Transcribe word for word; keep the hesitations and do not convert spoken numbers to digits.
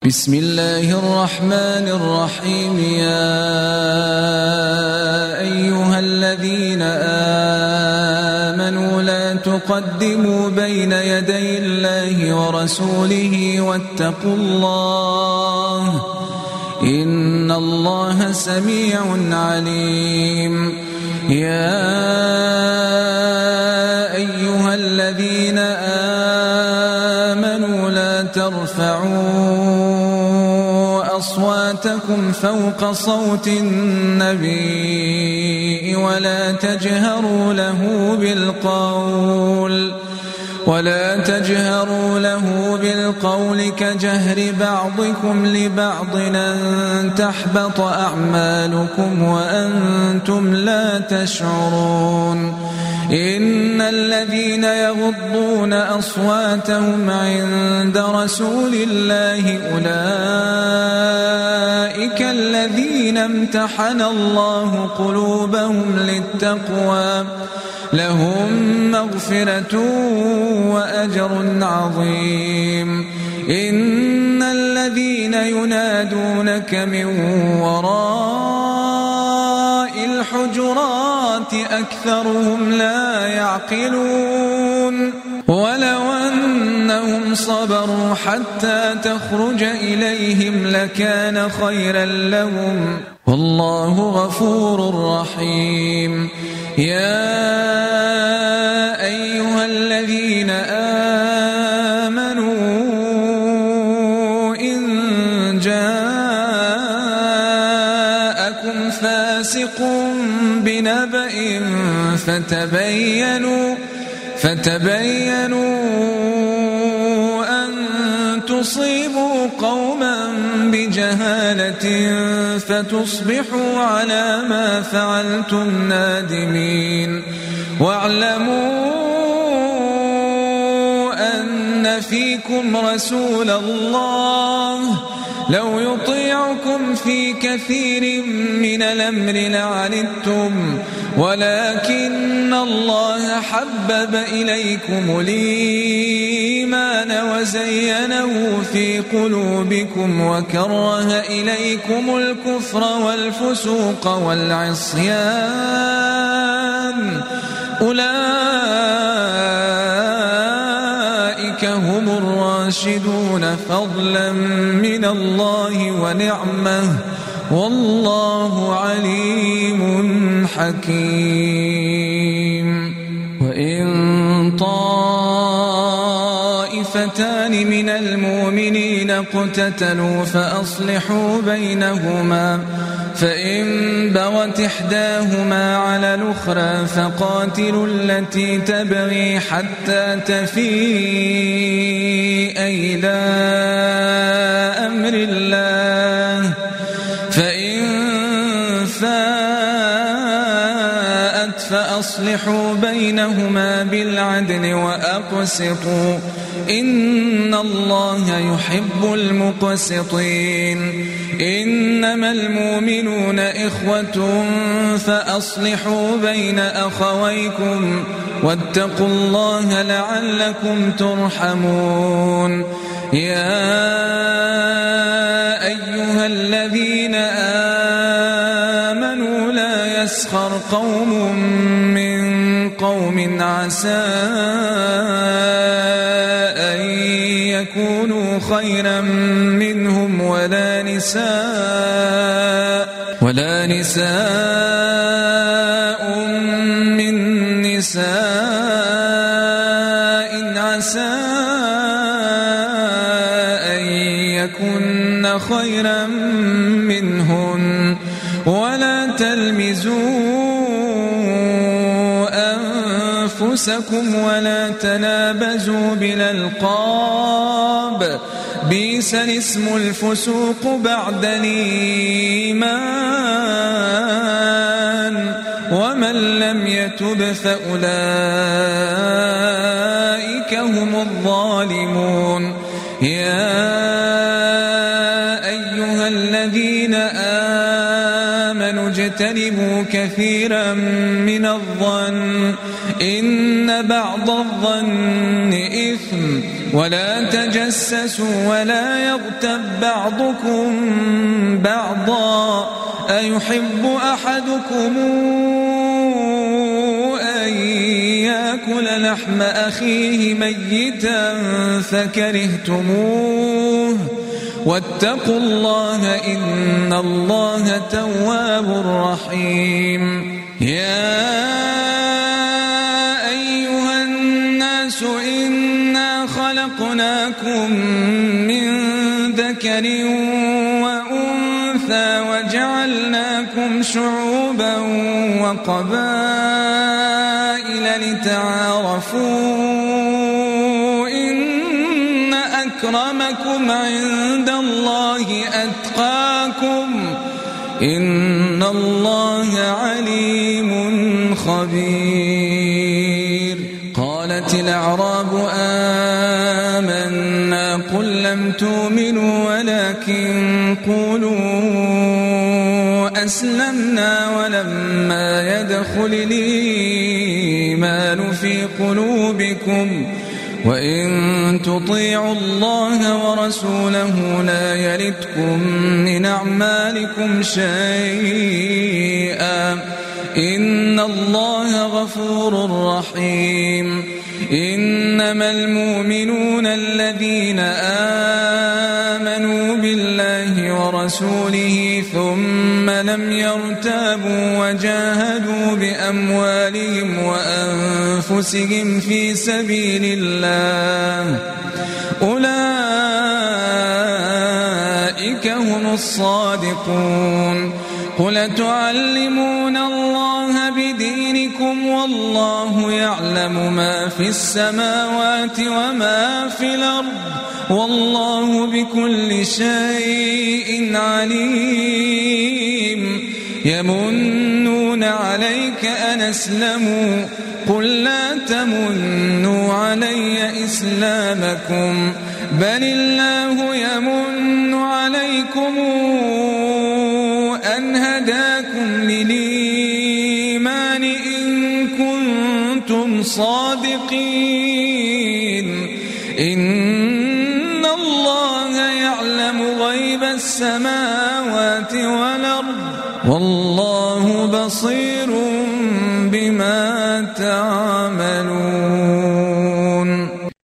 بسم الله الرحمن الرحيم. يا أيها الذين آمنوا لا تقدموا بين يدي الله ورسوله واتقوا الله إن الله سميع عليم. يا أيها الذين آمنوا لا ترفعوا أصواتكم فوق صوت النبي ولا تجهروا له بالقول ولا تجهروا له بالقول كجهر بعضكم لبعض أن تحبط أعمالكم وأنتم لا تشعرون. إن الذين يغضون أصواتهم عند رسول الله أولئك الذين امتحن الله قلوبهم للتقوى لهم مغفرة وأجر عظيم. إن الذين ينادونك من وراء الحجرات أكثرهم لا يعقلون. ولو أنهم صبروا حتى تخرج إليهم لكان خيرا لهم والله غفور رحيم. يا أيها الذين آمنوا إن جاءكم فاسق بنبأ فتبينوا فتبينوا أن تصيبوا قوما بجهالة فتصبحوا على ما فعلتم نادمين. واعلموا أن فيكم رسول الله لو يطيعكم في كثير من الأمر لعنتم ولكن الله حبب إليكم الإيمان وزينه في قلوبكم وكره إليكم الكفر والفسوق والعصيان أولئك هم الراشدون فضلا من الله ونعمه والله عليم حكيم. وإن طائفتان من المؤمنين اقتتلوا فأصلحوا بينهما فإن بغت إحداهما على الأخرى فقاتلوا التي تبغي حتى تفيء إلى أمر الله فإن فاءت فأصلحوا بينهما بالعدل وأقسطوا إن الله يحب المقسطين. إنما المؤمنون إخوة فأصلحوا بين أخويكم واتقوا الله لعلكم ترحمون. يا أيها الذين آمنوا لا يسخر قوم من قوم عسى أن يكونوا خيرا منهم ولا نساء ولا نساء من نساء عسى أن يكن خيرا منهن ولا تلمزوا أنفسكم ولا تنابزوا بالألقاب بئس الاسم الفسوق بعد الإيمان ومن لم يتب فأولئك هم الظالمون. يا أيها الذين آمنوا اجتنبوا كثيرا من الظن إن بعض الظن إثم ولا تجسسوا ولا يغتب بعضكم بعضا أيحب أحدكم أن يأكل لحم أخيه ميتا فكرهتموه واتقوا الله إن الله تواب رحيم. يا أيها الناس إنا خلقناكم من ذكر وأنثى وجعلناكم شعوبا وقبائل لتعارفوا إن أكرمكم عند الله أتقاكم إن الله عليم خبير. قالت الأعراب آمنا قل لم تؤمنوا ولكن قولوا أسلمنا ولما يدخل الإيمان في قلوبكم وإن تطيعوا الله ورسوله لا يلتكم من أعمالكم شيئا إن الله غفور رحيم. إنما المؤمنون الذين آمنوا بالله ورسوله ثم لم يرتابوا وجاهدوا بأموالهم وأنفسهم في سبيل الله أولئك هم الصادقون. قل تعلمون الله بدينكم والله يعلم ما في السماوات وما في الأرض والله بكل شيء عليم. يمنون عليك أن أسلموا قل لا تمنوا علي إسلامكم بل الله يمن عليكم أن هداكم للإيمان إن كنتم صادقين. إن الله يعلم غيب السماوات والأرض والله بصير بما تعملون.